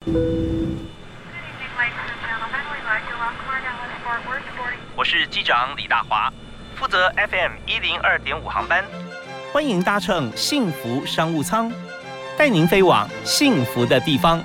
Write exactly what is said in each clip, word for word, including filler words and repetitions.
我是机长李大华，负责 F M 一零二点五航班，欢迎搭乘幸福商务舱，带您飞往幸福的地方。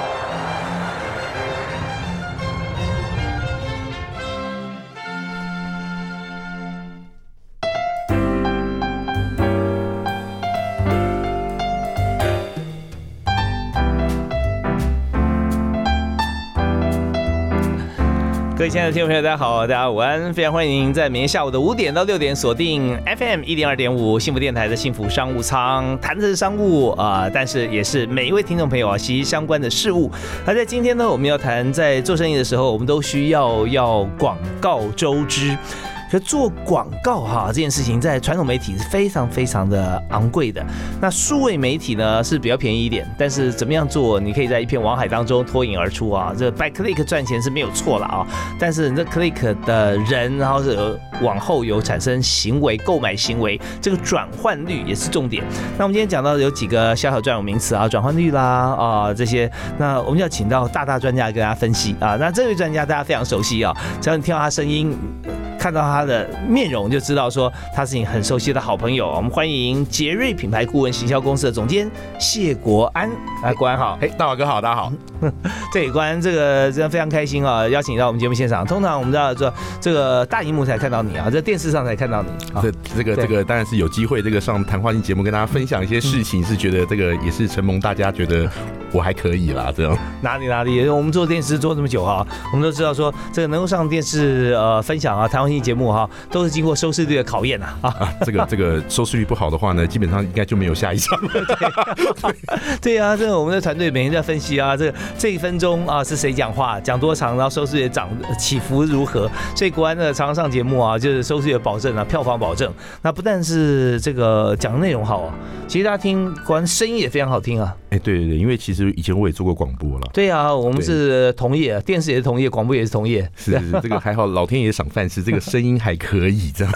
各位亲爱的听众朋友，大家好，大家午安，非常欢迎您在每天下午的五点到六点锁定 F M 一零二点五幸福电台的幸福商务舱，谈的是商务啊、呃，但是也是每一位听众朋友啊息息相关的事物。而在今天呢，我们要谈在做生意的时候，我们都需要要广告周知。可做广告哈这件事情，在传统媒体是非常非常的昂贵的。那数位媒体呢是比较便宜一点，但是怎么样做，你可以在一片网海当中脱颖而出啊。这 by click 赚钱是没有错了啊，但是你这 click 的人，然后是往后有产生行为、购买行为，这个转换率也是重点。那我们今天讲到有几个小小专有名词啊，转换率啦啊这些，那我们要请到大大专家跟大家分析啊。那这位专家大家非常熟悉啊，只要你听到他声音，看到他的面容就知道说他是你很熟悉的好朋友。我们欢迎杰瑞品牌顾问行销公司的总监谢国安。来，国安好。 嘿，大华哥好，大家好。 对，国安这个真的非常开心啊，邀请到我们节目现场。通常我们知道说这个大荧幕才看到你啊，在电视上才看到你。 这这个这个当然是有机会这个上谈话性节目跟大家分享一些事情，嗯、是觉得这个也是承蒙大家觉得我还可以啦，这样。 哪里哪里，我们做电视做这么久哈，我们都知道说这个能够上电视呃分享啊谈话性节目哈，都是经过收视率的考验啊。 啊，这个这个收视率不好的话呢，基本上应该就没有下一场了。 对, 对啊，这个我们的团队每天在分析啊，这个这一分钟啊是谁讲话，讲多长，然后收视率涨起伏如何。所以国安呢常常上节目啊，就是收视率的保证啊，票房保证。那不但是这个讲的内容好啊，其实大家听国安声音也非常好听啊。 哎、欸，对对对，因为其实以前我也做过广播了。 对啊，我们是同业，电视也是同业，广播也是同业。 是是，这个还好，老天爷赏饭吃，这个声音还可以这样。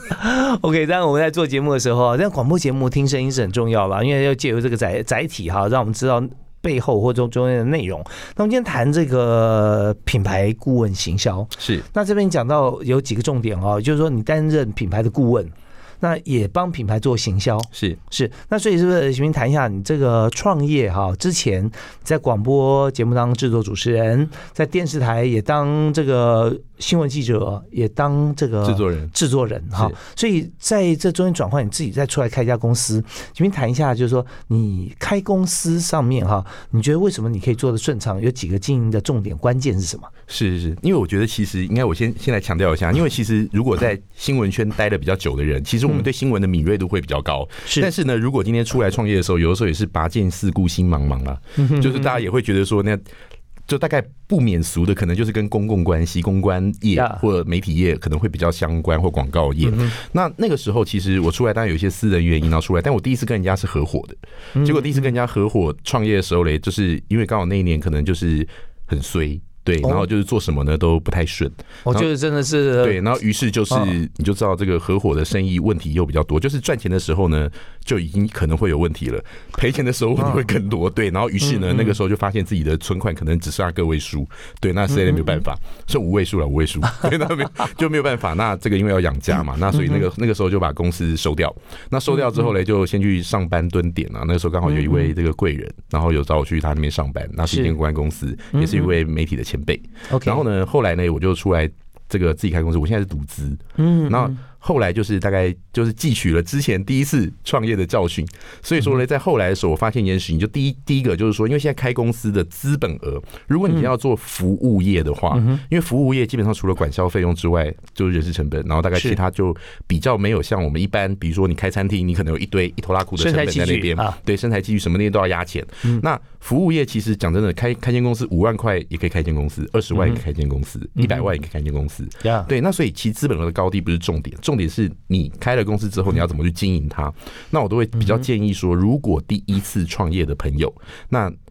OK， 当然我们在做节目的时候，但广播节目听声音是很重要啦，因为要借由这个载载体哈，让我们知道背后或中中间的内容。那我们今天谈这个品牌顾问行销， 是那这边讲到有几个重点哦，就是说你担任品牌的顾问。那也帮品牌做行销， 是是，那所以是不是请您谈一下你这个创业哈？之前在广播节目当制作主持人，在电视台也当这个新闻记者，也当这个制作人， 制作人哈。所以在这中间转换，你自己再出来开一家公司，请您谈一下，就是说你开公司上面哈，你觉得为什么你可以做得顺畅？有几个经营的重点关键是什么？ 是是是，因为我觉得其实应该我先先来强调一下，因为其实如果在新闻圈待的比较久的人，其实我们对新闻的敏锐度会比较高。是，但是呢，如果今天出来创业的时候，有的时候也是拔剑四顾心茫茫啊，就是大家也会觉得说那。就大概不免俗的，可能就是跟公共关系、公关业或媒体业可能会比较相关，或广告业。嗯、那那个时候，其实我出来当然有一些私人原因要出来，但我第一次跟人家是合伙的。结果第一次跟人家合伙创业的时候嘞，就是因为刚好那一年可能就是很衰。对，然后就是做什么呢都不太顺。 我觉得真的是对，然后于是就是你就知道这个合伙的生意问题又比较多，就是赚钱的时候呢就已经可能会有问题了，赔钱的时候问题会更多。对，然后于是呢那个时候就发现自己的存款可能只剩下个位数，对，那实在没有办法，剩五位数了，五位数，对，那没就没有办法。那这个因为要养家嘛，那所以那个那个时候就把公司收掉。那收掉之后呢，就先去上班蹲点啊。那个时候刚好有一位这个贵人，然后有找我去他那边上班，那是一间公关公司，也是一位媒体的前辈。Okay. 然后呢，后来呢，我就出来这个自己开公司，我现在是独资，嗯，然后后来就是大概就是汲取了之前第一次创业的教训，所以说呢，在后来的时候，我发现一件事情，就第一第一个就是说，因为现在开公司的资本额，如果你要做服务业的话，嗯、因为服务业基本上除了管销费用之外，就是人事成本，然后大概其他就比较没有像我们一般，比如说你开餐厅，你可能有一堆一头拉苦的成本在那边，啊、对，生财器具什么那些都要压钱。嗯、那服务业其实讲真的，开开间公司五万块也可以开间公司，二十万也可以开间公司，一百、嗯、万也可以开间公司。嗯、对，那所以其实资本额的高低不是重点，重点是你开了公司之后你要怎么去经营它。那我都会比较建议说，如果第一次创业的朋友，那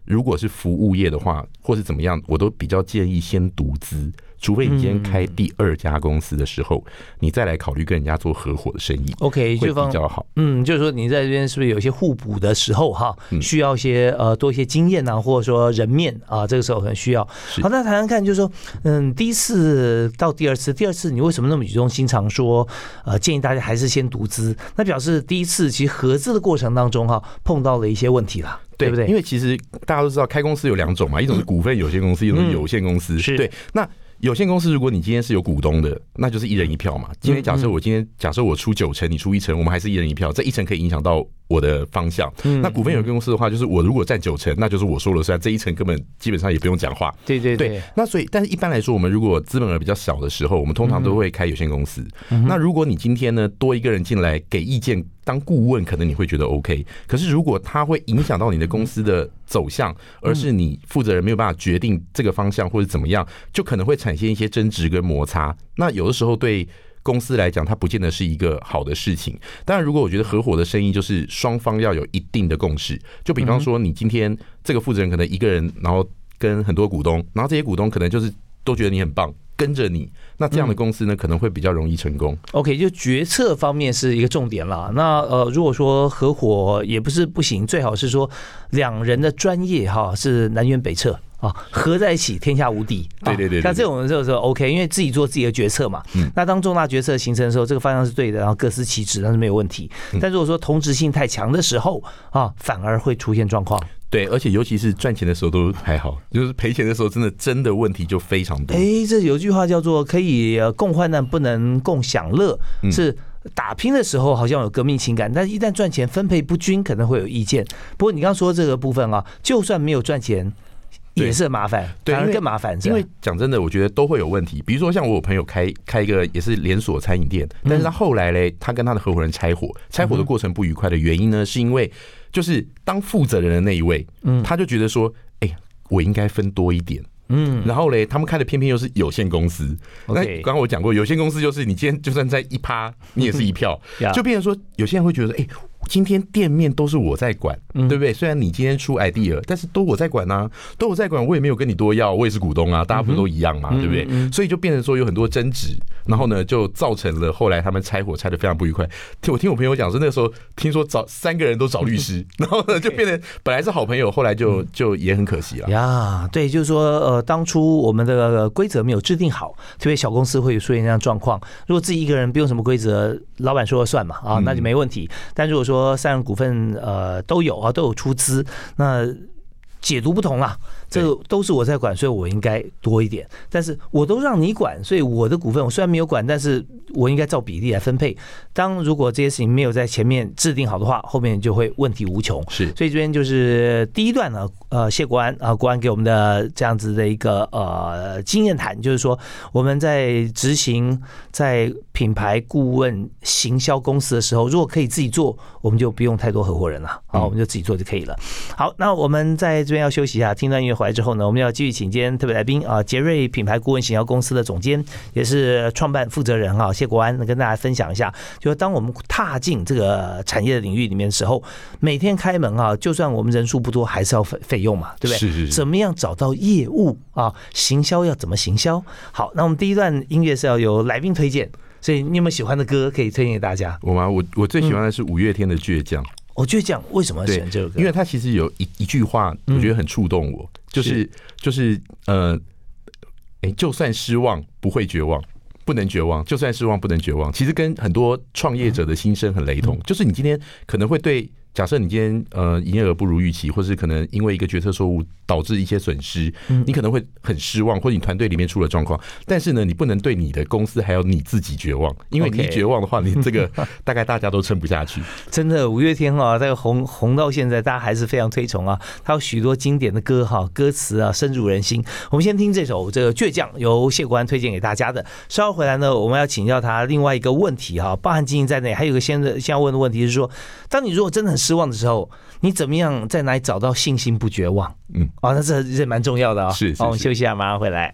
如果是服务业的话，或是怎么样，我都比较建议先独资。除非你今天开第二家公司的时候，嗯、你再来考虑跟人家做合伙的生意 ，OK， 会比较好。 嗯，就是说你在这边是不是有一些互补的时候哈，需要一些呃多一些经验啊，或者说人面啊，这个时候很需要。好，那谈谈看，就是说，嗯，第一次到第二次，第二次你为什么那么语重心长说，呃，建议大家还是先独资？那表示第一次其实合资的过程当中哈，碰到了一些问题啦。对不对？ 因为其实大家都知道，开公司有两种嘛，一种是股份有限公司，一种是有限公司。 嗯、 对，那有限公司，如果你今天是有股东的，那就是一人一票嘛。今天假设我今天假设我出九成，你出一成，我们还是一人一票，这一成可以影响到我的方向。嗯、那股份有限公司的话，就是我如果占九成，那就是我说了算，这一成根本基本上也不用讲话。 对对 对, 对。那所以，但是一般来说，我们如果资本额比较小的时候，我们通常都会开有限公司。嗯、那如果你今天呢多一个人进来给意见。当顾问可能你会觉得 OK， 可是如果它会影响到你的公司的走向，而是你负责人没有办法决定这个方向或者怎么样，就可能会产生一些争执跟摩擦。那有的时候对公司来讲，它不见得是一个好的事情。当然，如果我觉得合伙的生意就是双方要有一定的共识，就比方说你今天这个负责人可能一个人，然后跟很多股东，然后这些股东可能就是都觉得你很棒。跟着你，那这样的公司呢，可能会比较容易成功。 OK， 就决策方面是一个重点啦。那呃，如果说合伙也不是不行，最好是说两人的专业哈是南辕北辙啊，合在一起天下无敌。 对对对， 像这种就是 OK， 因为自己做自己的决策嘛。嗯、那当重大决策形成的时候，这个方向是对的，然后各司其职，那是没有问题。但如果说同质性太强的时候啊，反而会出现状况。 对，而且尤其是赚钱的时候都还好，就是赔钱的时候，真的真的问题就非常多。 哎，这有句话叫做“可以共患难，不能共享乐”，嗯、是打拼的时候好像有革命情感，但是一旦赚钱分配不均，可能会有意见。不过你刚刚说这个部分啊，就算没有赚钱。也是很麻烦，反而更麻烦。 因为讲真的，我觉得都会有问题。比如说，像我有朋友开开一个也是连锁餐饮店，但是他后来嘞，他跟他的合伙人拆伙，拆伙的过程不愉快的原因呢，是因为就是当负责人的那一位，他就觉得说，哎，我应该分多一点。嗯，然后嘞，他们开的偏偏又是有限公司。那刚刚我讲过，有限公司就是你今天就算在一趴，你也是一票，就变成说，有些人会觉得，哎。今天店面都是我在管，对不对？虽然你今天出 idea， 但是都我在管啊，都我在管，我也没有跟你多要，我也是股东啊，大家不都一样嘛，对不对？所以就变成说有很多争执，然后呢，就造成了后来他们拆伙拆得非常不愉快。我听我朋友讲说，那个时候听说找三个人都找律师，然后呢就变成本来是好朋友，后来就就也很可惜了呀。对，就是说呃，当初我们的规则没有制定好，特别小公司会出现这样状况。如果自己一个人不用什么规则，老板说了算嘛啊，那就没问题。但如果说三人股份呃都有啊，都有出资，那解读不同啦。这个都是我在管，所以我应该多一点。但是我都让你管，所以我的股份我虽然没有管，但是我应该照比例来分配。当如果这些事情没有在前面制定好的话，后面就会问题无穷。 是， 所以这边就是第一段呢，呃，谢国安啊，国安给我们的这样子的一个呃经验谈，就是说我们在执行在品牌顾问行销公司的时候，如果可以自己做，我们就不用太多合伙人了，好，我们就自己做就可以了。好，那我们在这边要休息一下，听段音乐回来之后呢，我们要继续请今天特别来宾啊，杰瑞品牌顾问行销公司的总监，也是创办负责人啊，谢国安，跟大家分享一下，就是当我们踏进这个产业的领域里面的时候，每天开门啊，就算我们人数不多，还是要费费用嘛，对不对？ 是是是。 怎么样找到业务啊？行销要怎么行销？好，那我们第一段音乐是要有来宾推荐，所以你有没有喜欢的歌可以推荐给大家？ 我吗？我我最喜欢的是五月天的《倔强》。 我倔强为什么选这个歌？ 因为它其实有一一句话，我觉得很触动我，嗯、就是就是呃，哎，就算失望不会绝望，不能绝望，就算失望不能绝望。其实跟很多创业者的心声很雷同，嗯、就是你今天可能会对。假设你今天呃营业额不如预期，或是可能因为一个决策错误导致一些损失，你可能会很失望，或者你团队里面出了状况。但是呢，你不能对你的公司还有你自己绝望，因为你一绝望的话，你这个大概大家都撑不下去。 真的，五月天啊，这个红红到现在，大家还是非常推崇啊。他有许多经典的歌哈，歌词啊深入人心。我们先听这首这个《倔强》，由谢国安推荐给大家的。稍后回来呢，我们要请教他另外一个问题哈，包含经营在内，还有一个先先要问的问题是说，当你如果真的很失望的时候，你怎么样在哪里找到信心不绝望？嗯，哦，那这这蛮重要的啊、哦。 是, 是, 是， 好，我们休息一下，马上回来。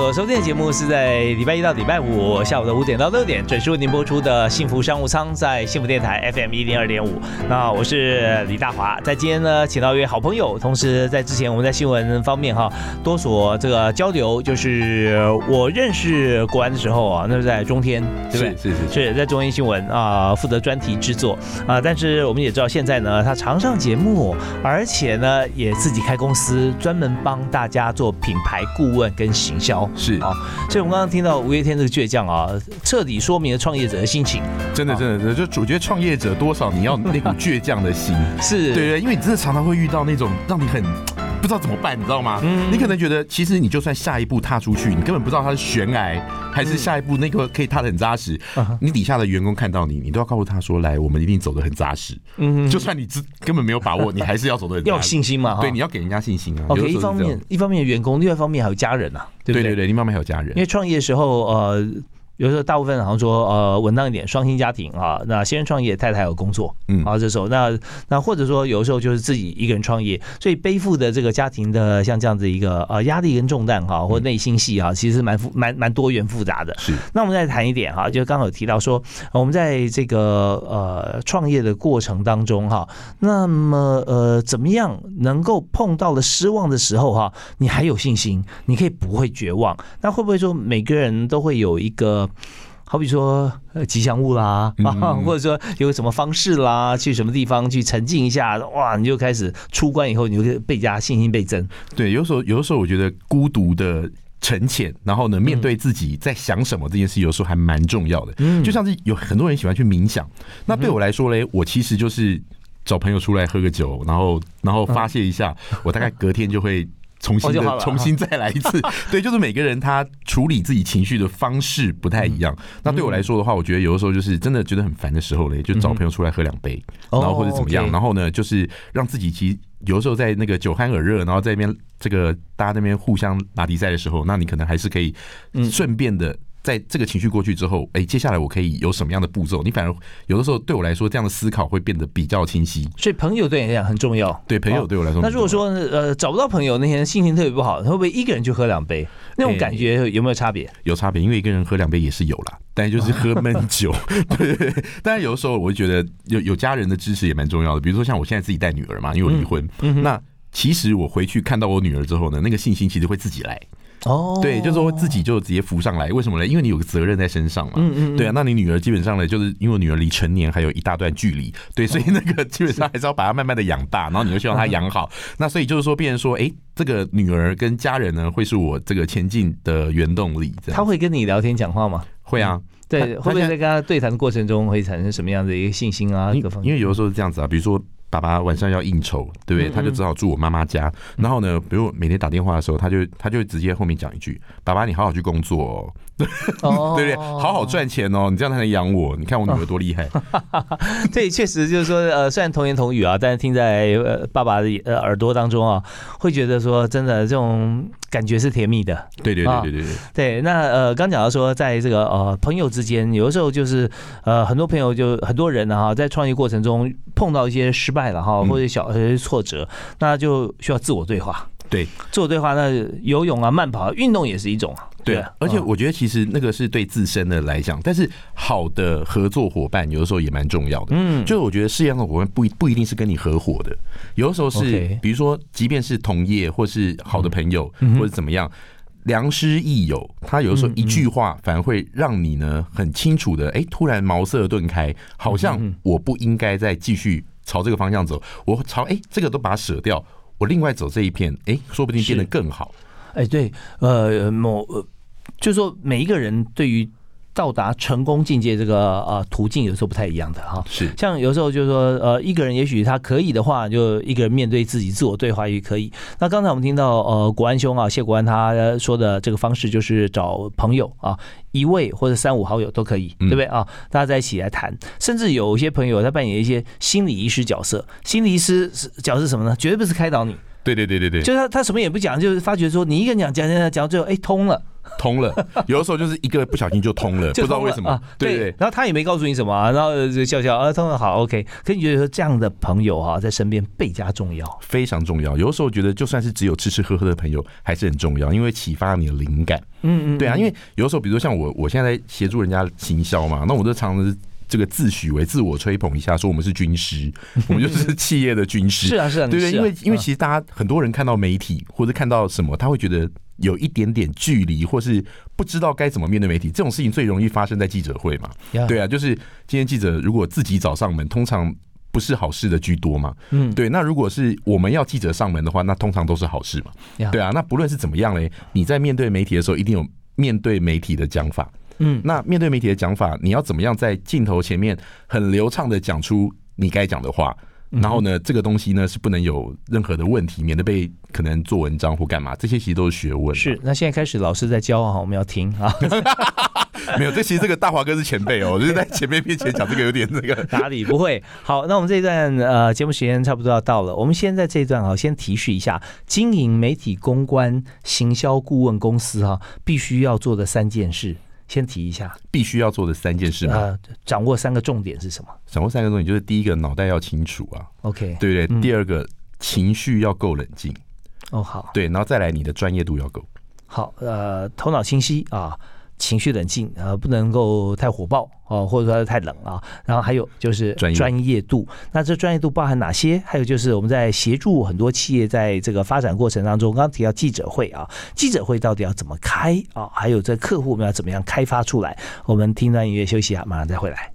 所收听的节目是在礼拜一到礼拜五下午的五点到六点准时为您播出的幸福商务舱，在幸福电台 F M 一零二点五。那我是李大华，在今天呢，请到一位好朋友，同时在之前我们在新闻方面哈多所这个交流，就是我认识国安的时候啊，那是在中天，对不对？ 是是是， 是在中天新闻啊，负责专题制作啊。但是我们也知道，现在呢，他常上节目，而且呢，也自己开公司，专门帮大家做品牌顾问跟行销。 是啊，所以我们刚刚听到五月天这个倔强啊，彻底说明了创业者的心情。 真的，真的，真的，就我觉得创业者多少你要那股倔强的心， 是对对，因为你真的常常会遇到那种让你很不知道怎么办，你知道吗？嗯，你可能觉得其实你就算下一步踏出去，你根本不知道它是悬崖还是下一步那个可以踏得很扎实。嗯、你底下的员工看到你，你都要告诉他说：“来，我们一定走得很扎实。”嗯，就算你根本没有把握，你还是要走得很扎实， 要有信心嘛。 对，你要给人家信心啊。 OK， 一方面一方面员工，另外一方面还有家人啊，对不对？ 对对对，另外一方面还有家人。 因为创业的时候，呃。有时候大部分好像说呃稳当一点，双薪家庭啊，那先生创业，太太有工作，嗯，啊这时候那那或者说有时候就是自己一个人创业，所以背负的这个家庭的像这样子一个呃压力跟重担哈，或内心戏啊，其实蛮蛮蛮多元复杂的。 是。 那我们再谈一点哈，就刚好有提到说，我们在这个呃创业的过程当中哈，那么呃怎么样能够碰到了失望的时候哈，你还有信心，你可以不会绝望。那会不会说每个人都会有一个？好比说吉祥物啦，嗯、或者说有什么方式啦，去什么地方去沉浸一下，哇，你就开始出关以后，你就倍加信心倍增。对， 有时候有的时候我觉得孤独的沉潜，然后呢，面对自己在想什么这件事，有时候还蛮重要的。嗯，就像是有很多人喜欢去冥想，那对我来说嘞，我其实就是找朋友出来喝个酒，然后然后发泄一下，我大概隔天就会。重新的重新再来一次，对，就是每个人他处理自己情绪的方式不太一样。那对我来说的话，我觉得有的时候就是真的觉得很烦的时候嘞，就找朋友出来喝两杯，然后或者怎么样，然后呢，就是让自己其实有的时候在那个酒酣耳热，然后在那边这个大家那边互相拿比赛的时候，那你可能还是可以顺便的。在这个情绪过去之后，哎，接下来我可以有什么样的步骤？你反而有的时候对我来说，这样的思考会变得比较清晰。 所以朋友对你来讲很重要。 对，朋友对我来说、哦。 那如果说呃找不到朋友，那天心情特别不好，会不会一个人就喝两杯？那种感觉有没有差别？ 有差别，因为一个人喝两杯也是有啦，但就是喝闷酒。对对对。但是有的时候，我就觉得有有家人的支持也蛮重要的。比如说像我现在自己带女儿嘛，因为我离婚，嗯、那其实我回去看到我女儿之后呢，那个信心其实会自己来。哦，对，就是说自己就直接浮上来，为什么呢？因为你有个责任在身上嘛。嗯嗯，对啊，那你女儿基本上呢，就是因为我女儿离成年还有一大段距离，对，所以那个基本上还是要把她慢慢的养大，然后你又希望她养好，那所以就是说，变成说，哎，这个女儿跟家人呢，会是我这个前进的原动力。她会跟你聊天讲话吗？ 会啊。 对，会不会在跟她对谈的过程中会产生什么样的一个信心啊？各方面， 因为有的时候是这样子啊，比如说。爸爸晚上要应酬，对不对？他就只好住我妈妈家。然后呢，比如每天打电话的时候，他就他就直接后面讲一句：“爸爸，你好好去工作哦，哦对不对？好好赚钱哦，你这样才能养我。你看我女儿多厉害。哦” 对，确实就是说，呃，虽然童言童语啊，但是听在呃爸爸的呃耳朵当中啊，会觉得说，真的这种感觉是甜蜜的。 对对对对对对。 对，那呃，刚讲到说，在这个呃朋友之间，有的时候就是呃很多朋友就很多人呢哈，在创业过程中碰到一些失败。败了哈，或者小挫折，那就需要自我对话。 对， 自我对话，那游泳啊、慢跑、运动也是一种啊。 对，而且我觉得其实那个是对自身的来讲，但是好的合作伙伴有的时候也蛮重要的。嗯，就是我觉得事业上的伙伴不不一定是跟你合伙的，有的时候是，比如说，即便是同业或是好的朋友，或者怎么样。良师益友，他有的时候一句话反而会让你呢很清楚的，哎，突然茅塞顿开，好像我不应该再继续朝这个方向走，我朝哎这个都把它舍掉，我另外走这一片，哎，说不定变得更好。 哎，对，呃，某呃，就是说每一个人对于到达成功境界这个呃途径有时候不太一样的哈， 是像有时候就是说呃一个人也许他可以的话，就一个人面对自己自我对话也可以。那刚才我们听到呃国安兄啊谢国安他说的这个方式就是找朋友啊，一位或者三五好友都可以，对不对啊？大家在一起来谈，甚至有一些朋友他扮演一些心理医师角色，心理医师角色是什么呢？绝对不是开导你。 对对对对对， 就是他他什么也不讲，就是发觉说你一个人讲讲讲讲讲到最后，哎，通了。 通了，有的时候就是一个不小心就通了， 就通了不知道为什么。啊、对 对, 对， 然后他也没告诉你什么、啊，然后就笑笑啊，通了好 OK。可你觉得说这样的朋友哈、啊，在身边倍加重要， 非常重要。有的时候觉得就算是只有吃吃喝喝的朋友，还是很重要，因为启发你的灵感。嗯嗯，对啊，因为有的时候，比如说像我，我现在在协助人家行销嘛，那我就常常这个自诩为自我吹捧一下，说我们是军师，我们就是企业的军师。 是啊是啊， 对对， 啊、 因为因为其实大家很多人看到媒体或者看到什么，他会觉得有一点点距离，或是不知道该怎么面对媒体。这种事情最容易发生在记者会嘛。Yeah. 对啊，就是今天记者如果自己找上门，通常不是好事的居多嘛。嗯，对。那如果是我们要记者上门的话，那通常都是好事嘛。Yeah. 对啊，那不论是怎么样嘞，你在面对媒体的时候，一定有面对媒体的讲法。嗯，那面对媒体的讲法，你要怎么样在镜头前面很流畅的讲出你该讲的话？然后呢，这个东西呢是不能有任何的问题，免得被可能做文章或干嘛，这些其实都是学问。 是，那现在开始老师在教啊，我们要听啊。 没有，这其实这个大华哥是前辈哦，就是在前辈面前讲这个有点那个哪里不会。好，那我们这一段呃节目时间差不多要到了，我们先在这一段啊先提示一下，经营媒体公关行销顾问公司哈、啊，必须要做的三件事。先提一下必须要做的三件事嘛、呃， 掌握三个重点是什么？ 掌握三个重点就是第一个脑袋要清楚啊 ，OK， 对不对、 嗯？ 第二个情绪要够冷静， 哦好， 对，然后再来你的专业度要够， 好，呃，头脑清晰啊。情绪冷静，呃，不能够太火爆哦、呃，或者说太冷啊。然后还有就是专业度，那这专业度包含哪些？还有就是我们在协助很多企业在这个发展过程当中，刚刚提到记者会啊，记者会到底要怎么开啊？还有这客户我们要怎么样开发出来？我们听段音乐休息啊，马上再回来。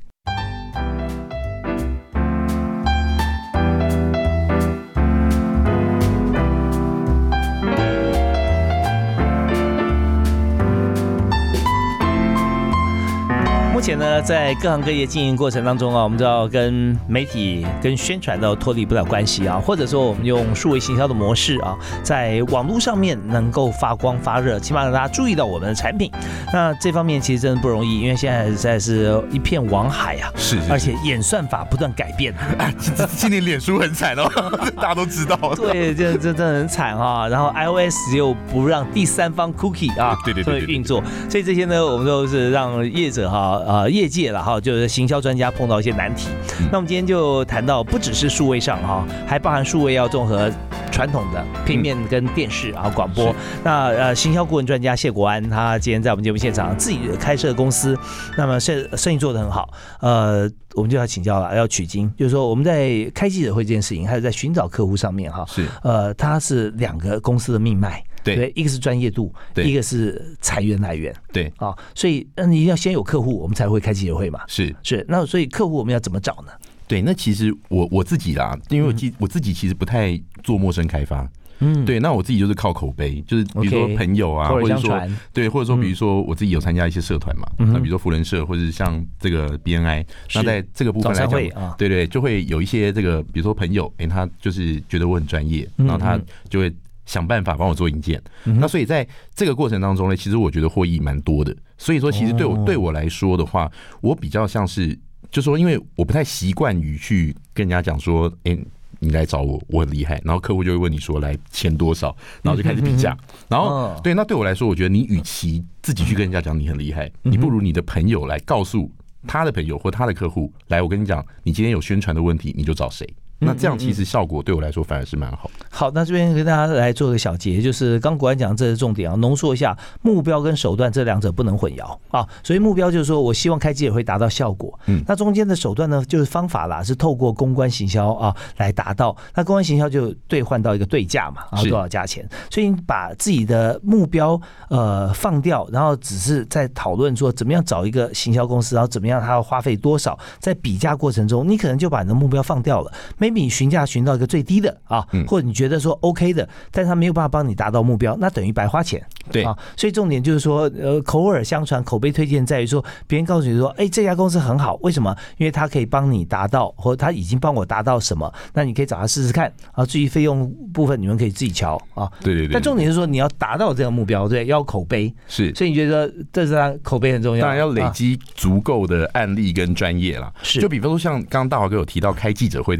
目前呢，在各行各业经营过程当中啊，我们知道跟媒体、跟宣传都脱离不了关系啊，或者说我们用数位行销的模式啊，在网络上面能够发光发热，起码让大家注意到我们的产品。那这方面其实真的不容易，因为现在实在是一片网海啊， 是，是是， 而且演算法不断改变。 啊、今年脸书很惨哦，大家都知道。 对，这这真的很惨啊。然后 iOS 又不让第三方 cookie 啊， 对对 对, 对, 对, 对, 对运作，所以这些呢，我们都是让业者哈。呃，业界了哈，就是行销专家碰到一些难题。嗯、那我们今天就谈到，不只是数位上哈，还包含数位要综合传统的平面跟电视啊广播。那呃，行销顾问专家谢国安，他今天在我们节目现场自己开设公司，那么生生意做得很好。呃，我们就要请教了，要取经，就是说我们在开记者会这件事情，还有在寻找客户上面哈， 是呃，它是两个公司的命脉。 对, 对，一个是专业度，一个是财源来源。 对啊，所以那你要先有客户，我们才会开记者会嘛。 是是，那所以客户我们要怎么找呢？ 对，那其实我我自己啦，因为我我自己其实不太做陌生开发。嗯，对，那我自己就是靠口碑，就是比如说朋友啊， okay, 或者说对，或者说比如说我自己有参加一些社团嘛，嗯、那比如说福人社，或者是像这个 B N I， 那在这个部分来讲， 啊、 对对，就会有一些这个，比如说朋友，哎、欸，他就是觉得我很专业，然后他就会想办法帮我做引荐。嗯、那所以在这个过程当中呢，其实我觉得获益蛮多的。所以说，其实对我、哦、对我来说的话，我比较像是，就说因为我不太习惯于去跟人家讲说，哎、欸。你来找我，我很厉害，然后客户就会问你说来签多少，然后就开始比价，然后对，那对我来说，我觉得你与其自己去跟人家讲你很厉害，你不如你的朋友来告诉他的朋友或他的客户，来，我跟你讲，你今天有宣传的问题，你就找谁。那这样其实效果对我来说反而是蛮好。 好，那这边跟大家来做个小结，就是刚国安讲这是重点啊，浓缩一下，目标跟手段这两者不能混淆啊。所以目标就是说我希望开记者会达到效果，嗯，那中间的手段呢就是方法啦，是透过公关行销啊来达到。那公关行销就兑换到一个对价嘛，然后多少价钱。所以你把自己的目标呃放掉，然后只是在讨论说怎么样找一个行销公司，然后怎么样它要花费多少，在比价过程中，你可能就把你的目标放掉了。maybe 你询价询到一个最低的啊，或者你觉得说 OK 的，但他没有办法帮你达到目标，那等于白花钱。 对啊，所以重点就是说，呃，口耳相传、口碑推荐在于说，别人告诉你说，哎，这家公司很好，为什么？因为他可以帮你达到，或他已经帮我达到什么，那你可以找他试试看啊。至于费用部分，你们可以自己瞧啊。 对对对。 但重点是说，你要达到这个目标，对，要口碑。 是。 所以你觉得这是口碑很重要？ 当然要累积足够的案例跟专业啦。 是。 就比方说，像刚刚大华哥有提到开记者会这件事情，其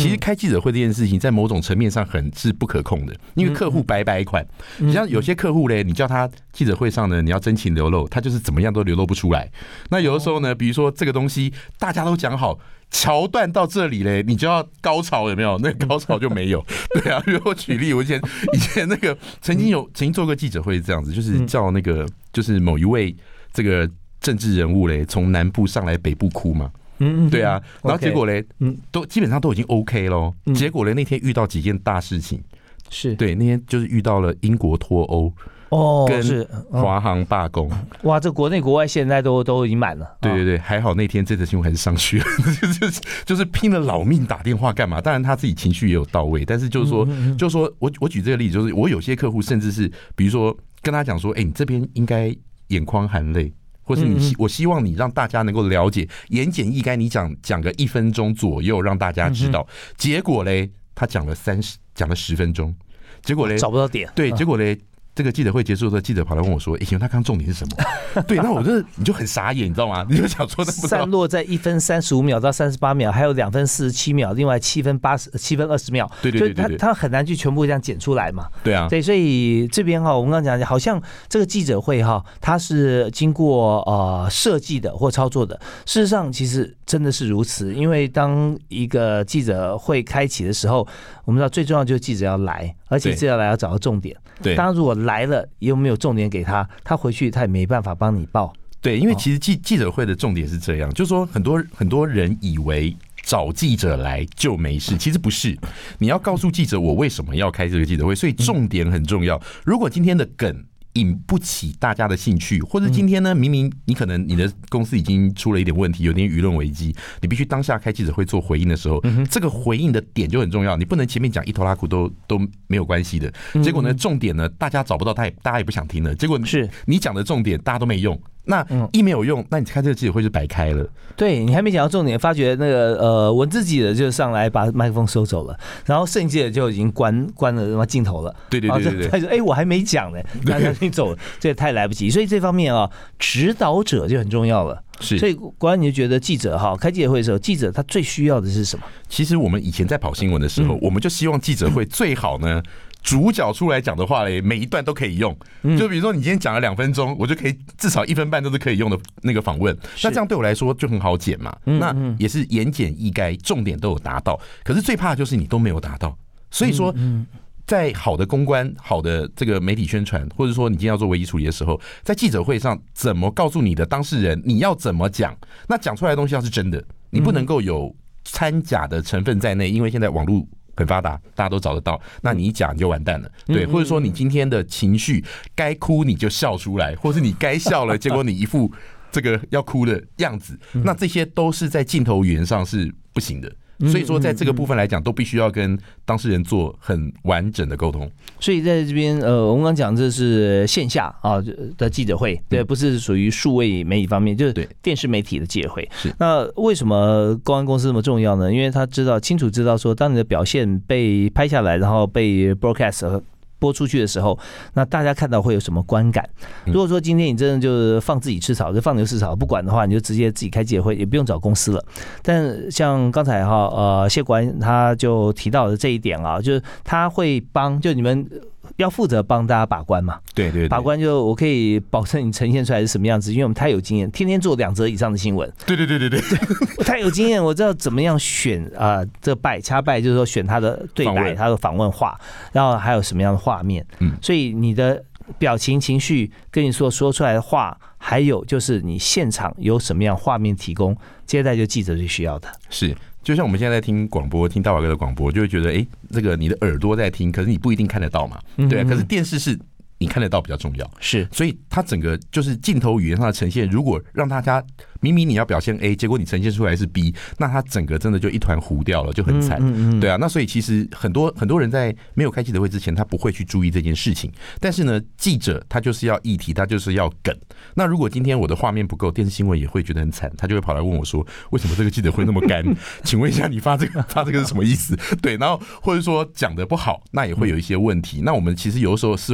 其实开记者会这件事情，在某种层面上很是不可控的，因为客户百百款。你像有些客户嘞，你叫他记者会上呢，你要真情流露，他就是怎么样都流露不出来。那有的时候呢，比如说这个东西大家都讲好，桥段到这里嘞，你就要高潮，有没有？那个高潮就没有。对啊，比如我举例，我以前以前那个曾经有曾经做过记者会这样子，就是叫那个就是某一位这个政治人物嘞，从南部上来北部哭嘛。嗯，对啊，然后结果嘞，嗯，都基本上都已经 OK 咯。结果嘞，那天遇到几件大事情， 是对，那天就是遇到了英国脱欧。 哦， 跟华航罢工， 哇，这国内国外现在都都已经满了。 对对对，还好那天这则新闻还是上去了，就是就是拼了老命打电话干嘛？当然他自己情绪也有到位，但是就是说，就是说我我举这个例子，就是我有些客户甚至是，比如说跟他讲说，哎、欸，你这边应该眼眶含泪。或是你，我希望你让大家能够了解，言简意赅，你讲讲个一分钟左右，让大家知道。结果嘞，他讲了三十，讲了十分钟，结果嘞找不到点。 对，结果嘞。这个记者会结束的时候，记者跑来问我说：“以前他刚重点是什么？”对，那我就你就很傻眼，你知道吗？你就想说， 散落在一分三十五秒到三十八秒，还有两分四十七秒，另外七分八十七分二十秒， 对对对对对， 他他很难去全部这样剪出来嘛。 对啊， 对，所以这边哈，我们刚刚讲，好像这个记者会哈，它是经过呃设计的或操作的。事实上，其实真的是如此，因为当一个记者会开启的时候，我们知道最重要就是记者要来，而且记者来要找到重点。 对， 当然如果来了又没有重点给他，他回去他也没办法帮你报。 对，因为其实记记者会的重点是这样，就是说很多很多人以为找记者来就没事，其实不是。你要告诉记者我为什么要开这个记者会，所以重点很重要。如果今天的梗引不起大家的兴趣，或者今天呢，明明你可能你的公司已经出了一点问题，有点舆论危机，你必须当下开记者会做回应的时候，这个回应的点就很重要。你不能前面讲一头拉苦都都没有关系的，结果呢，重点呢，大家找不到，他也大家也不想听了。结果是你讲的重点，大家都没用。那一没有用，那你开这个记者会就白开了。 对，你还没讲到重点，发觉那个呃文字记者就上来把麦克风收走了，然后摄影记者就已经关关了镜头了。 对对对对对， 他说：“哎、欸，我还没讲呢，大家你走了，这也太来不及。”所以这方面啊，指导者就很重要了。 是， 所以国安你就觉得记者哈开记者会的时候，记者他最需要的是什么？ 其实我们以前在跑新闻的时候，嗯、我们就希望记者会最好呢。主角出来讲的话嘞，每一段都可以用。就比如说你今天讲了两分钟，我就可以至少一分半都是可以用的那个访问。那这样对我来说就很好剪嘛。那也是言简意赅，重点都有达到。可是最怕的就是你都没有达到。所以说，在好的公关、好的这个媒体宣传，或者说你今天要做危机处理的时候，在记者会上怎么告诉你的当事人你要怎么讲？那讲出来的东西要是真的，你不能够有掺假的成分在内，因为现在网络很发达，大家都找得到。那你一讲你就完蛋了，对，或者说你今天的情绪该哭你就笑出来，或是你该笑了，结果你一副这个要哭的样子，那这些都是在镜头语言上是不行的。所以说，在这个部分来讲，都必须要跟当事人做很完整的沟通。 所以在这边，呃，我们刚讲这是线下啊的记者会，对，不是属于数位媒体方面，就是电视媒体的记者会。 是。 那为什么公安公司那么重要呢？因为他知道清楚知道说，当你的表现被拍下来，然后被 broadcast。播出去的时候，那大家看到会有什么观感？如果说今天你真的就是放自己吃草，就放牛吃草，不管的话，你就直接自己开记者会，也不用找公司了。但像刚才哈呃谢国安他就提到的这一点啊，就是他会帮，就你们要负责帮大家把关嘛。 对 对, 对， 把关就我可以保证你呈现出来是什么样子，因为我们太有经验，天天做两则以上的新闻。 对对对对对， 我太有经验，我知道怎么样选啊、呃，这拜掐拜就是说选他的对白，他的访问话，然后还有什么样的画面。嗯，所以你的表情、情绪跟你说说出来的话，还有就是你现场有什么样画面提供，接待就记者最需要的。 是。就像我们现在在听广播，听大瓦哥的广播，就会觉得，哎、欸，这个你的耳朵在听，可是你不一定看得到嘛，对啊。可是电视是你看得到比较重要， 是， 所以它整个就是镜头语言上的呈现，如果让大家明明你要表现 A， 结果你呈现出来是 B， 那它整个真的就一团糊掉了，就很惨，对啊。那所以其实很多很多人在没有开记者会之前，他不会去注意这件事情，但是呢，记者他就是要议题，他就是要梗。那如果今天我的画面不够，电视新闻也会觉得很惨，他就会跑来问我说，为什么这个记者会那么干？请问一下，你发这个发这个是什么意思？对，然后或者说讲的不好，那也会有一些问题。那我们其实有的时候事后还得去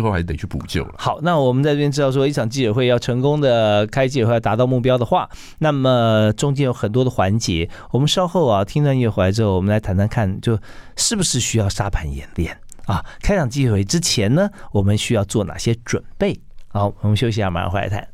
补救了。 好，那我们在这边知道说，一场记者会要成功的开记者会，要达到目标的话，那么中间有很多的环节。我们稍后啊，听段音乐回来之后，我们来谈谈看，就是不是需要沙盘演练啊？开场记者会之前呢，我们需要做哪些准备？好，我们休息一下，马上回来谈。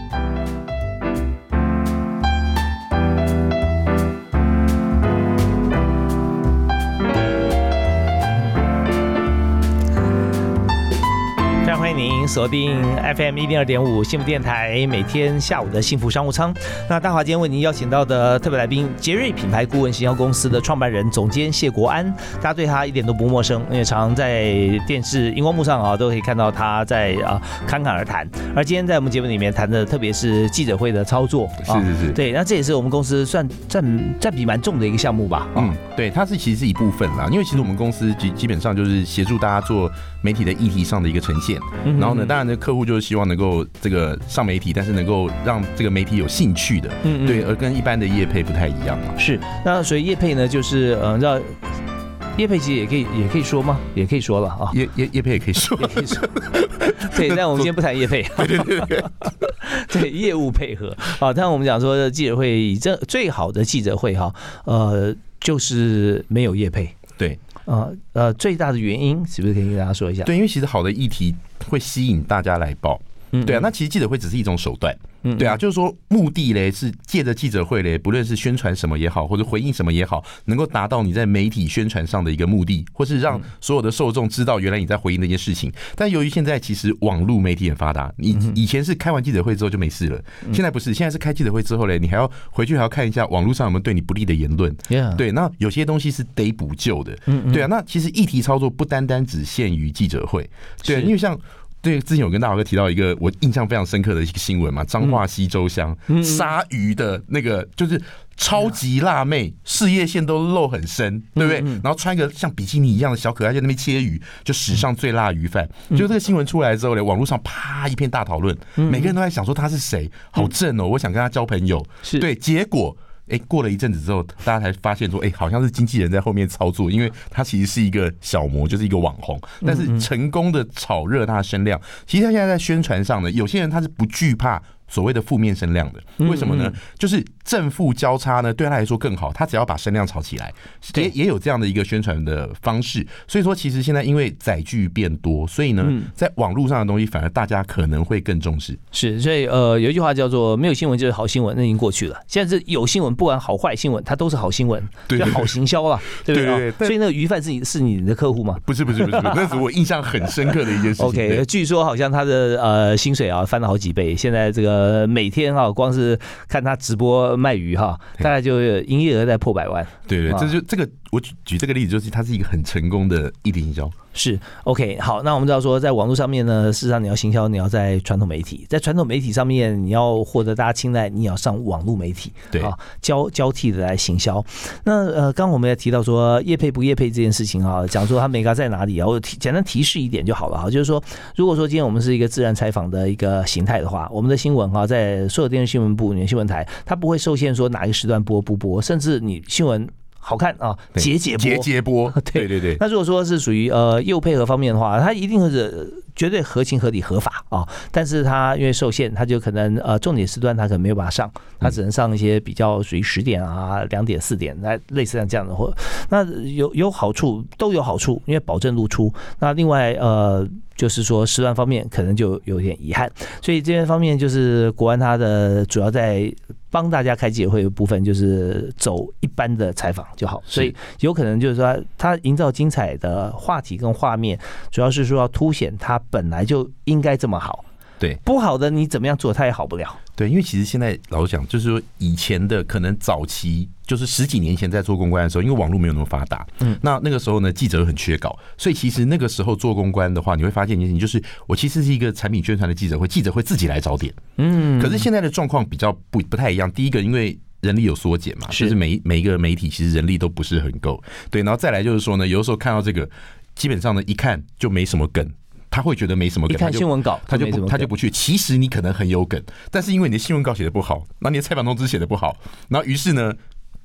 欢迎您锁定 F M 一零二点五幸福电台，每天下午的幸福商务舱。那大华今天为您邀请到的特别来宾，杰瑞品牌顾问行销公司的创办人总监谢国安，大家对他一点都不陌生，因为常常在电视荧光幕上啊都可以看到他在啊侃侃而谈。而今天在我们节目里面谈的，特别是记者会的操作， 是是是， 对，那这也是我们公司算占占比蛮重的一个项目吧？ 嗯，对，它是其实是一部分啦，因为其实我们公司基基本上就是协助大家做媒体的议题上的一个呈现。然后呢，当然呢，客户就是希望能够这个上媒体，但是能够让这个媒体有兴趣的，嗯嗯对，而跟一般的业配不太一样嘛。 是，那所以业配呢，就是呃，知道业配其实也可以也可以说吗？也可以说了啊， 业业业配也可以说， 也可以说。对，但我们今天不谈业配， 对对对对， 对业务配合啊。但我们讲说记者会，以这最好的记者会哈，呃，就是没有业配， 对。 呃呃，最大的原因是不是可以跟大家说一下？ 对，因为其实好的议题会吸引大家来报，嗯、对啊。那其实记者会只是一种手段，嗯、对啊，就是说目的嘞是借着记者会嘞，不论是宣传什么也好，或者回应什么也好，能够达到你在媒体宣传上的一个目的，或是让所有的受众知道原来你在回应那件事情。但由于现在其实网络媒体很发达，你以前是开完记者会之后就没事了，现在不是，现在是开记者会之后嘞，你还要回去还要看一下网络上有没有对你不利的言论， yeah. 对，那有些东西是得补救的，对啊。那其实议题操作不单单只限于记者会，对，因为像。对，之前有跟大华哥提到一个我印象非常深刻的一个新闻嘛，彰化溪州乡杀鱼的那个就是超级辣妹，事业线都露很深，对不对？然后穿一个像比基尼一样的小可爱在那边切鱼，就史上最辣鱼贩。就这个新闻出来之后呢，网络上啪一片大讨论，每个人都在想说他是谁，好正哦，我想跟他交朋友。对，结果。哎，过了一阵子之后，大家才发现说，哎，好像是经纪人在后面操作，因为他其实是一个小模，就是一个网红，但是成功的炒热他的声量。其实他现在在宣传上呢，有些人他是不惧怕所谓的负面声量的，为什么呢？就是正负交叉呢，对他来说更好。他只要把声量炒起来，也也有这样的一个宣传的方式。所以说，其实现在因为载具变多，所以呢，在网络上的东西反而大家可能会更重视。 是，所以呃，有一句话叫做“没有新闻就是好新闻”，那已经过去了。现在是有新闻，不管好坏新闻，它都是好新闻，就好行销了，对不对？对对。所以那个鱼贩是你是你的客户吗？ 不是不是不是，那是我印象很深刻的一件事情。 OK， 据说好像他的呃薪水啊翻了好几倍，现在这个。呃，每天哈，光是看他直播卖鱼哈，大概就营业额在破百万。 对对，这就这个我举举这个例子，就是它是一个很成功的议题行销。 是 OK， 好，那我们知道说，在网络上面呢，事实上你要行销，你要在传统媒体，在传统媒体上面，你要获得大家青睐，你要上网络媒体， 对啊， 交交替的来行销。那呃，刚刚我们也提到说，业配不业配这件事情啊，讲说它美嘎在哪里啊，我简单提示一点就好了哈，就是说，如果说今天我们是一个自然采访的一个形态的话，我们的新闻哈，在所有电视新闻部、你的新闻台，它不会受限说哪一个时段播不播，甚至你新闻。好看啊，节节播， 节节播，对对对。 那如果说是属于呃业务配合方面的话，它一定是绝对合情合理合法啊，但是它因为受限，它就可能呃重点时段它可能没有办法上，它只能上一些比较属于十点啊、两点、四点，来类似像这样的或那有有好处，都有好处，因为保证露出。那另外呃。就是说时段方面可能就有点遗憾，所以这边方面就是国安他的主要在帮大家开记者会的部分，就是走一般的采访就好，所以有可能就是说他营造精彩的话题跟画面，主要是说要凸显他本来就应该这么好。 对， 不好的你怎么样做，它也好不了。 对，因为其实现在老实讲，就是说以前的可能早期，就是十几年前在做公关的时候，因为网络没有那么发达，嗯，那那个时候呢，记者很缺稿，所以其实那个时候做公关的话，你会发现一件事情，就是我其实是一个产品宣传的记者会，记者会自己来找点，嗯，可是现在的状况比较不不太一样。第一个，因为人力有缩减嘛，就是每每一个媒体其实人力都不是很够，对，然后再来就是说呢，有的时候看到这个，基本上呢一看就没什么梗。他会觉得没什么梗， 一看新闻稿他就不他就不去。其实你可能很有梗，但是因为你的新闻稿写的不好，那你的采访通知写的不好，然后于是呢，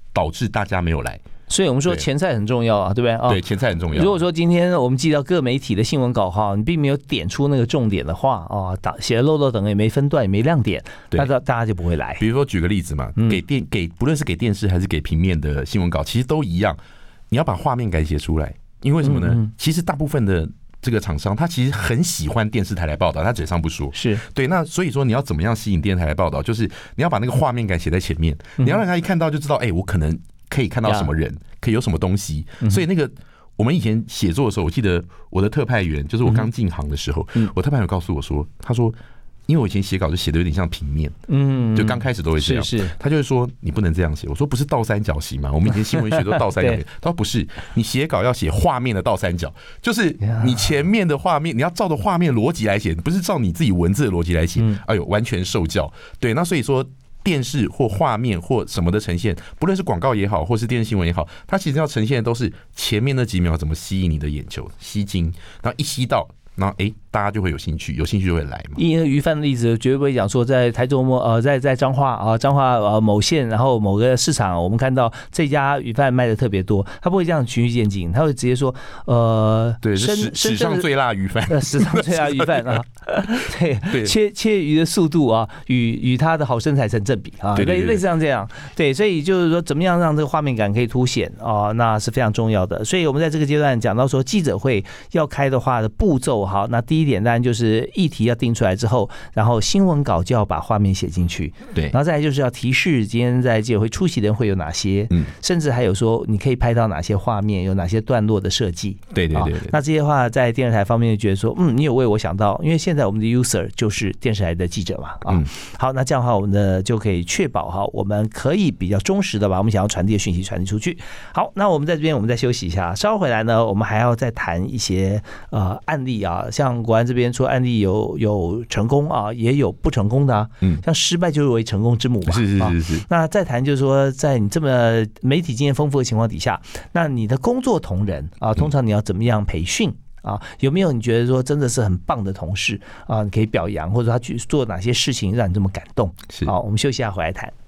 导致大家没有来。 所以我们说前菜很重要啊，对不对？ 对，前菜很重要。 如果说今天我们寄到各媒体的新闻稿哈，你并没有点出那个重点的话啊，写的漏漏等也没分段，也没亮点，那大家就不会来。 比如说举个例子嘛，给电给不论是给电视还是给平面的新闻稿，其实都一样，你要把画面感写出来。因为什么呢？嗯嗯其实大部分的这个厂商他其实很喜欢电视台来报道，他嘴上不说， 是对。 那所以说你要怎么样吸引电视台来报道，就是你要把那个画面感写在前面，你要让他一看到就知道，哎、欸，我可能可以看到什么人，可以有什么东西。所以那个我们以前写作的时候，我记得我的特派员，就是我刚进行的时候，我特派员告诉我说，他说。因为我以前写稿就写的有点像平面，嗯，就刚开始都会这样。 是是， 他就会说你不能这样写。我说不是倒三角形嘛？我们以前新闻学都倒三角形。他说不是，你写稿要写画面的倒三角，就是你前面的画面你要照着画面逻辑来写，不是照你自己文字的逻辑来写。哎呦，完全受教。对，那所以说电视或画面或什么的呈现，不论是广告也好，或是电视新闻也好，它其实要呈现的都是前面那几秒怎么吸引你的眼球，吸睛，然后一吸到。然后哎，大家就会有兴趣，有兴趣就会来嘛。 以鱼贩的例子，绝对不会讲说在台中呃，在在彰化啊，彰化呃某县，然后某个市场，我们看到这家鱼贩卖的特别多，他不会这样循序渐进，他会直接说呃， 对，史史上最辣鱼贩， 呃，史上最辣鱼贩啊，对对，切切鱼的速度啊，与与他的好身材成正比啊，类类似像这样，对，所以就是说怎么样让这个画面感可以凸显啊，那是非常重要的。所以我们在这个阶段讲到说记者会要开的话的步骤。好，那第一点当然就是议题要定出来之后，然后新闻稿就要把画面写进去， 对， 然后再来就是要提示今天在记者会出席的人会有哪些，嗯，甚至还有说你可以拍到哪些画面，有哪些段落的设计， 对对 对, 对、啊。 那这些话在电视台方面就觉得说，嗯，你有为我想到，因为现在我们的 user 就是电视台的记者嘛，啊，嗯、好，那这样的话我们呢就可以确保哈，我们可以比较忠实的把我们想要传递的讯息传递出去。好，那我们在这边我们再休息一下，稍后回来呢，我们还要再谈一些呃案例啊。像国安这边除了案例有有成功啊，也有不成功的啊。嗯，像失败就是为成功之母嘛。 是是是是。 那再谈就是说，在你这么媒体经验丰富的情况底下，那你的工作同仁啊，通常你要怎么样培训啊？有没有你觉得说真的是很棒的同事啊？你可以表扬，或者他去做哪些事情让你这么感动？ 是。 好，我们休息一下，回来谈。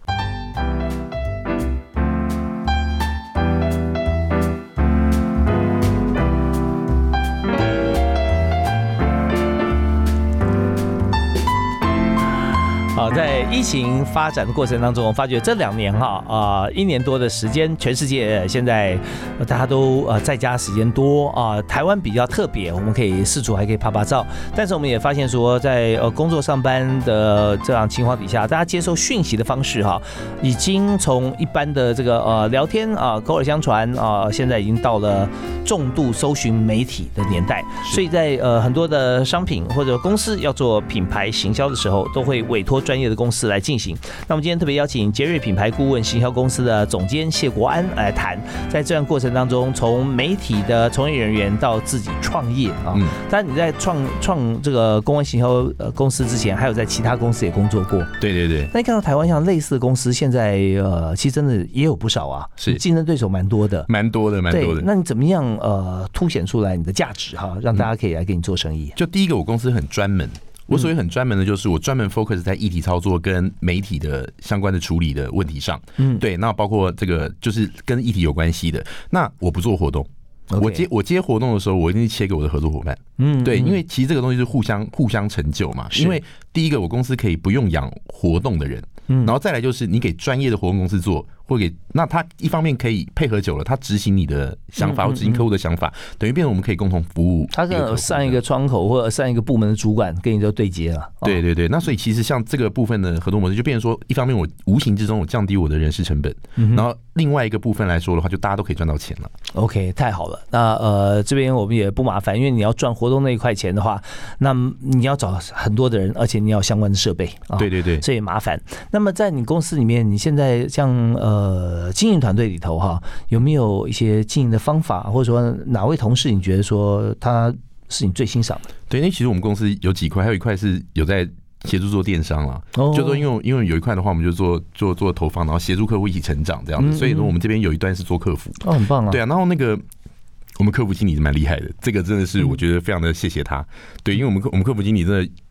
好，在疫情发展的过程当中，我发觉这两年哈啊、呃、一年多的时间，全世界现在大家都呃在家时间多啊、呃，台湾比较特别，我们可以四处还可以拍拍照，但是我们也发现说，在呃工作上班的这样情况底下，大家接受讯息的方式哈，已经从一般的这个呃聊天啊、口耳相传啊、呃，现在已经到了重度搜寻媒体的年代，所以在呃很多的商品或者公司要做品牌行销的时候，都会委托专业的公司来进行。那我们今天特别邀请杰瑞品牌顾问行销公司的总监谢国安来谈，在这段过程当中，从媒体的从业人员到自己创业啊，嗯，当然你在创创这个公关行销公司之前，还有在其他公司也工作过。 对对对。 那你看到台湾像类似的公司，现在呃，其实真的也有不少啊， 是竞争对手蛮多的， 蛮多的，蛮多的。 那你怎么样呃凸显出来你的价值哈，让大家可以来跟你做生意？ 嗯、就第一个，我公司很专门。我所谓很专门的，就是我专门 focus 在议题操作跟媒体的相关的处理的问题上。嗯，对，那包括这个就是跟议题有关系的。那我不做活动， okay. 我接我接活动的时候，我一定切给我的合作伙伴。嗯，对，因为其实这个东西是互相互相成就嘛。因为第一个，我公司可以不用养活动的人，嗯，然后再来就是你给专业的活动公司做。或给那他一方面可以配合久了，他执行你的想法或执行客户的想法，等于变成我们可以共同服务。 他可能上一个窗口或者上一个部门的主管跟你就对接了。 对对对，那所以其实像这个部分的合作模式，就变成说，一方面我无形之中我降低我的人事成本，然后另外一个部分来说的话，就大家都可以赚到钱了。 OK， 太好了。那呃这边我们也不麻烦，因为你要赚活动那一块钱的话，那你要找很多的人，而且你要相关的设备。 对对对， 所以麻烦。那么在你公司里面，你现在像呃。呃，经营团队里头哈，有没有一些经营的方法，或者说哪位同事你觉得说他是你最欣赏的？ 对，因为其实我们公司有几块，还有一块是有在协助做电商啦，哦、就说因为因为有一块的话，我们就做做做投放，然后协助客户一起成长这样子，嗯嗯，所以呢，我们这边有一段是做客服， 哦，很棒啊， 对啊，然后那个。我们客服经理是蛮厉害的，这个真的是我觉得非常的谢谢他。对，因为我们我们客服经理真的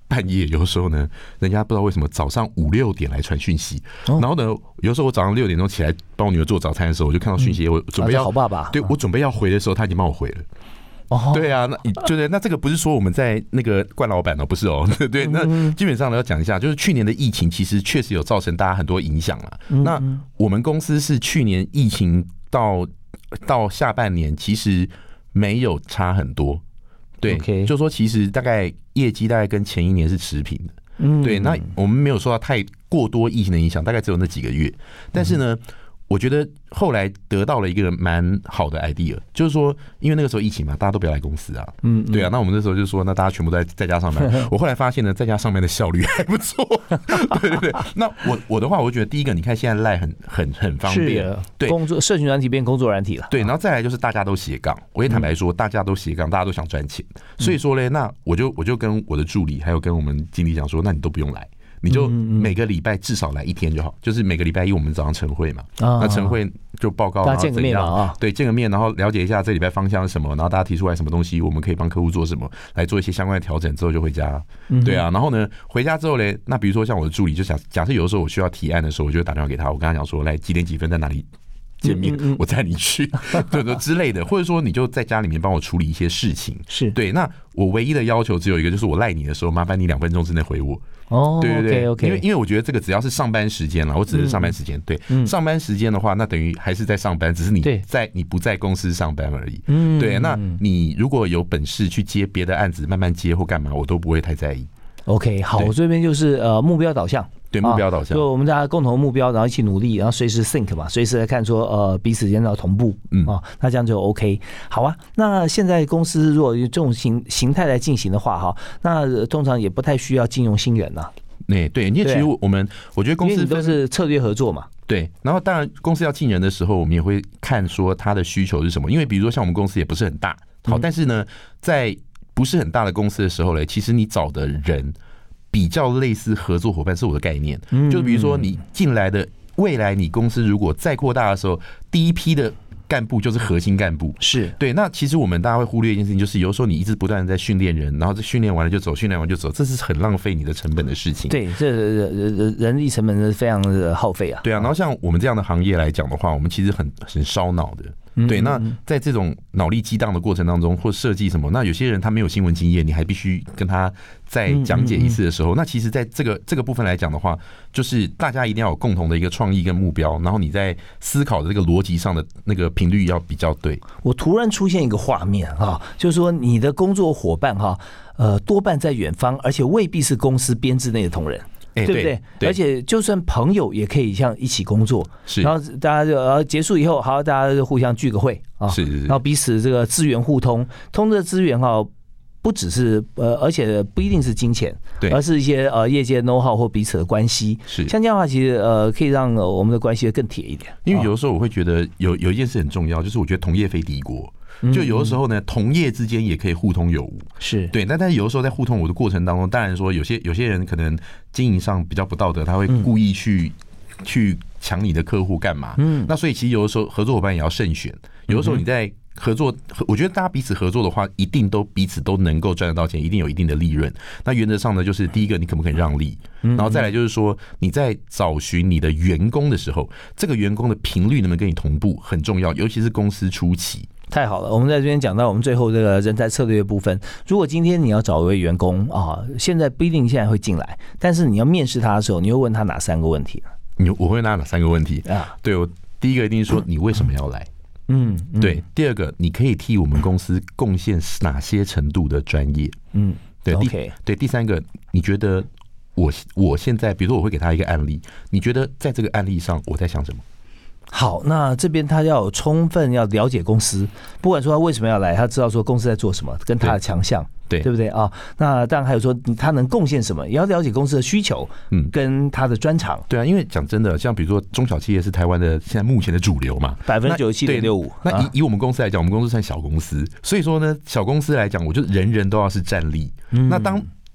半夜，有的时候呢，人家不知道为什么早上五六点来传讯息，哦、然后呢，有时候我早上六点钟起来帮我女儿做早餐的时候，我就看到讯息，嗯、我准备要、 啊、好爸爸， 对我准备要回的时候，他已经帮我回了。哦，对啊，那就是那这个不是说我们在那个惯老板哦，不是哦，对，那基本上呢要讲一下，就是去年的疫情其实确实有造成大家很多影响啦。嗯、那我们公司是去年疫情到到下半年，其实没有差很多，对， okay. 就说其实大概业绩大概跟前一年是持平的，嗯，对，那我们没有受到太过多疫情的影响，大概只有那几个月，但是呢。嗯我觉得后来得到了一个蛮好的 idea， 就是说，因为那个时候疫情嘛，大家都不要来公司啊，嗯，对啊，那我们那时候就说，那大家全部在在家上班。我后来发现呢，在家上班的效率还不错，对对对。那我我的话，我觉得第一个，你看现在 Line 很很很方便，对， 工作社群软体变工作软体了， 对，然后再来就是大家都斜杠，我也坦白说，大家都斜杠，大家都想赚钱，所以说呢，那我就我就跟我的助理还有跟我们经理讲说，那你都不用来。你就每个礼拜至少来一天就好，就是每个礼拜一我们早上晨会嘛，那晨会就报告， 大家见个面啊， 对，见个面，然后了解一下这礼拜方向是什么，然后大家提出来什么东西，我们可以帮客户做什么，来做一些相关的调整之后就回家，对啊，然后呢回家之后呢，那比如说像我的助理，就假假设有的时候我需要提案的时候，我就会打电话给他，我跟他讲说，来几点几分在哪里见面，我载你去，对对之类的，或者说你就在家里面帮我处理一些事情， 是对。 那我唯一的要求只有一个，就是我赖你的时候，麻烦你两分钟之内回我。 哦， 对对对 ，OK OK， 因为因为我觉得这个只要是上班时间了，我指的是上班时间，对，上班时间的话，那等于还是在上班，只是你在你不在公司上班而已。嗯，对，那你如果有本事去接别的案子，慢慢接或干嘛，我都不会太在意。 OK， 好，我这边就是呃目标导向。 对，目标导向， 就我们大家共同目标，然后一起努力，然后随时 think 嘛，随时来看说呃彼此间要同步，嗯啊，那这样就 OK。好啊，那现在公司如果用这种形形态来进行的话哈，那通常也不太需要金融新人呐。 对对，因为其实我们我觉得公司都是策略合作嘛。 对，然后当然公司要进人的时候，我们也会看说他的需求是什么，因为比如说像我们公司也不是很大，好，但是呢，在不是很大的公司的时候呢，其实你找的人。比较类似合作伙伴是我的概念，就比如说你进来的未来，你公司如果再扩大的时候，第一批的干部就是核心干部， 是对。那其实我们大家会忽略一件事情，就是有时候你一直不断的在训练人，然后这训练完了就走，训练完就走，这是很浪费你的成本的事情。 对，这人力成本是非常的耗费啊。 对啊，然后像我们这样的行业来讲的话，我们其实很很烧脑的。对，那在这种脑力激荡的过程当中，或设计什么，那有些人他没有新闻经验，你还必须跟他再讲解一次的时候，那其实在这个这个部分来讲的话，就是大家一定要有共同的一个创意跟目标，然后你在思考的这个逻辑上的那个频率要比较对。 我突然出现一个画面哈，就是说你的工作伙伴哈，呃，多半在远方，而且未必是公司编制内的同仁。对不 对, 对, 对？而且就算朋友也可以像一起工作， 是。 然后大家就呃结束以后，好，大家就互相聚个会啊， 是是是。 然后彼此这个资源互通，通这资源哈，不只是呃，而且不一定是金钱， 对， 而是一些呃业界 know how 或彼此的关系。 是。 像这样的话，其实呃可以让我们的关系更铁一点。 因为有的时候我会觉得有有一件事很重要，就是我觉得同业非敌国。就有的时候呢，同业之间也可以互通有无， 是对。 但但是有的时候在互通有无的过程当中，当然说有些有些人可能经营上比较不道德，他会故意去、嗯、去抢你的客户干嘛？嗯，那所以其实有的时候合作伙伴也要慎选。有的时候你在合作，我觉得大家彼此合作的话，一定都彼此都能够赚得到钱，一定有一定的利润。那原则上呢，就是第一个你可不可以让利，然后再来就是说你在找寻你的员工的时候，这个员工的频率能不能跟你同步很重要，尤其是公司初期。 太好了，我们在这边讲到我们最后这个人才策略的部分。如果今天你要找一位员工啊，现在不一定现在会进来，但是你要面试他的时候，你会问他哪三个问题？ 你我会问他哪三个问题啊？对，我第一个一定是说你为什么要来？嗯，对。第二个，你可以替我们公司贡献哪些程度的专业？嗯，对。 OK， 对。第三个，你觉得我我现在，比如说我会给他一个案例，你觉得在这个案例上我在想什么？ 好，那这边他要有充分要了解公司，不管说他为什么要来，他知道说公司在做什么，跟他的强项， 对对不对啊？那当然还有说他能贡献什么，也要了解公司的需求，嗯，跟他的专长。 对啊，因为讲真的，像比如说中小企业是台湾的现在目前的主流嘛， 百分之九十七点六五。 那以以我们公司来讲，我们公司算小公司，所以说呢，小公司来讲，我就人人都要是战力。嗯、那当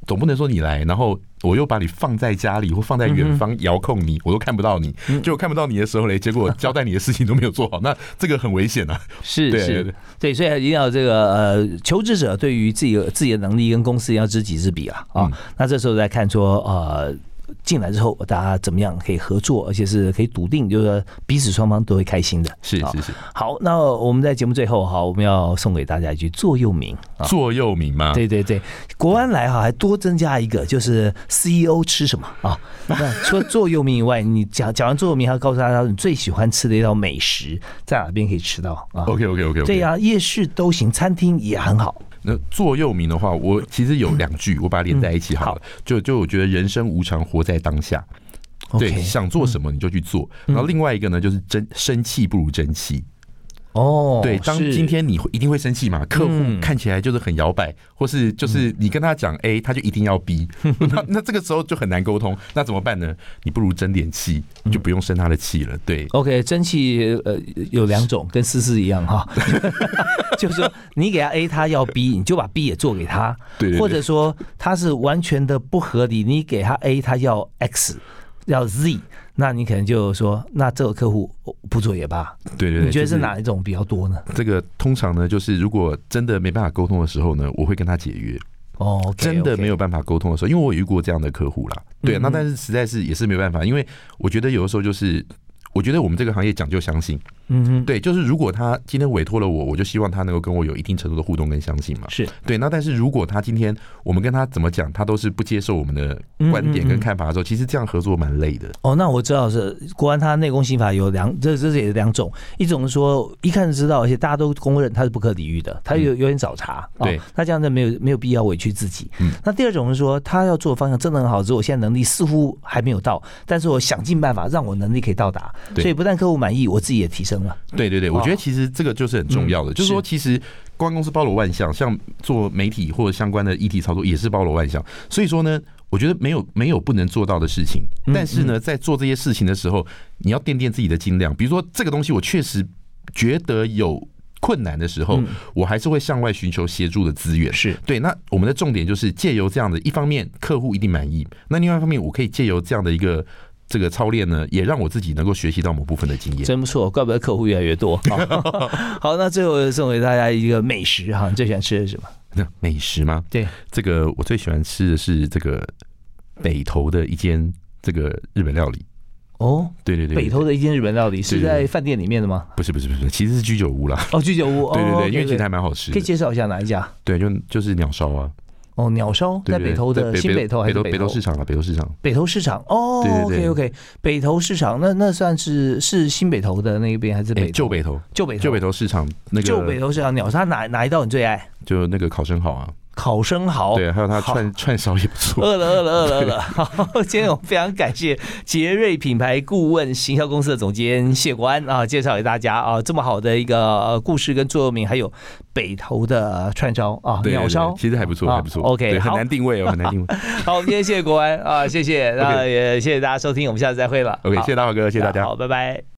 总不能说你来，然后我又把你放在家里或放在远方遥控你，我都看不到你，结果看不到你的时候嘞，结果交代你的事情都没有做好，那这个很危险啊。 是是，对，所以一定要这个呃，求职者对于自己自己的能力跟公司要知己知彼啊啊。那这时候再看说呃。进来之后，大家怎么样可以合作，而且是可以笃定，就是说彼此双方都会开心的。 是是是。 好，那我们在节目最后哈，我们要送给大家一句座右铭。 座右铭吗？ 对对对，国安来哈还多增加一个，就是 C E O 吃什么啊？那除了座右铭以外，你讲讲完座右铭，还要告诉大家你最喜欢吃的一道美食在哪边可以吃到啊 ？OK OK OK。 对呀，夜市都行，餐厅也很好。 那座右铭的话，我其实有两句，我把它连在一起好了。嗯、就就我觉得人生无常，活在当下。对， okay, 想做什么你就去做。嗯、然后另外一个呢，就是真生气不如争气。哦，对，当今天你一定会生气嘛？客户看起来就是很摇摆，或是就是你跟他讲 A， 他就一定要 B， 那那这个时候就很难沟通。那怎么办呢？你不如争点气，就不用生他的气了。对 ，OK， 争气呃有两种，跟思思一样哈，就是说你给他 A， 他要 B， 你就把 B 也做给他。 对, 对, 对， 或者说他是完全的不合理，你给他 A， 他要 X。要 Z， 那你可能就说，那这个客户不做也罢。 对对对， 你觉得是哪一种比较多呢？ 这个通常呢，就是如果真的没办法沟通的时候呢，我会跟他解约。 哦， okay, okay. 真的没有办法沟通的时候，因为我有遇过这样的客户啦。对，那但是实在是也是没有办法，因为我觉得有的时候就是。我觉得我们这个行业讲究相信，嗯哼，对，就是如果他今天委托了我，我就希望他能够跟我有一定程度的互动跟相信嘛， 是对。那但是如果他今天我们跟他怎么讲，他都是不接受我们的观点跟看法的时候，其实这样合作蛮累的。 哦，那我知道是国安他内功心法有两，这这也是两种，一种说一看就知道，而且大家都公认他是不可理喻的，他有有点找茬， 嗯、对， 那这样子没有没有必要委屈自己。嗯，那第二种是说他要做的方向真的很好，只是我现在能力似乎还没有到，但是我想尽办法让我能力可以到达，所以不但客户满意，我自己也提升了。 对对对，我觉得其实这个就是很重要的，哦、就是说，其实公关公司包罗万象，像做媒体或者相关的议题操作也是包罗万象。所以说呢，我觉得没有没有不能做到的事情，但是呢，在做这些事情的时候，你要掂掂自己的斤两。比如说这个东西，我确实觉得有困难的时候，嗯、我还是会向外寻求协助的资源。 是对。那我们的重点就是借由这样的，一方面客户一定满意，那另外一方面我可以借由这样的一个。这个操练呢，也让我自己能够学习到某部分的经验， 真不错，怪不得客户越来越多。好，那最后送给大家一个美食哈，你最喜欢吃的是什么？ 那美食吗？ 对， 这个我最喜欢吃的是这个北投的一间这个日本料理。 哦， 对对对， 北投的一间日本料理是在饭店里面的吗？ 不是不是不是，其实是居酒屋啦。 哦，居酒屋， 对对对， 哦、 因为其实还蛮好吃的。 可以介绍一下哪一家？ 对，就就是鸟烧啊。 哦，鸟烧在北投的新北投还是北投市场啊？北投市场， 北投市场哦。 对对对 ，OK OK， 北投市场那那算是是新北投的那边还是北旧北投？ 旧北投， 旧北投市场那个旧北投市场鸟烧哪哪一道你最爱？ 就那个烤生蚝啊。 烤生蚝， 对，还有它串串烧也不错。 饿了饿了饿了饿了！好，今天我非常感谢杰瑞品牌顾问行销公司的总监谢国安啊，介绍给大家啊这么好的一个故事跟座右铭，还有北投的串烧啊鸟烧， 其实还不错，还不错。 OK， 很难定位哦，很难定位。 好，我们今天谢谢国安啊，谢谢，那也谢谢大家收听，我们下次再会了。 OK， 谢谢大华哥，谢谢大家， 好，拜拜。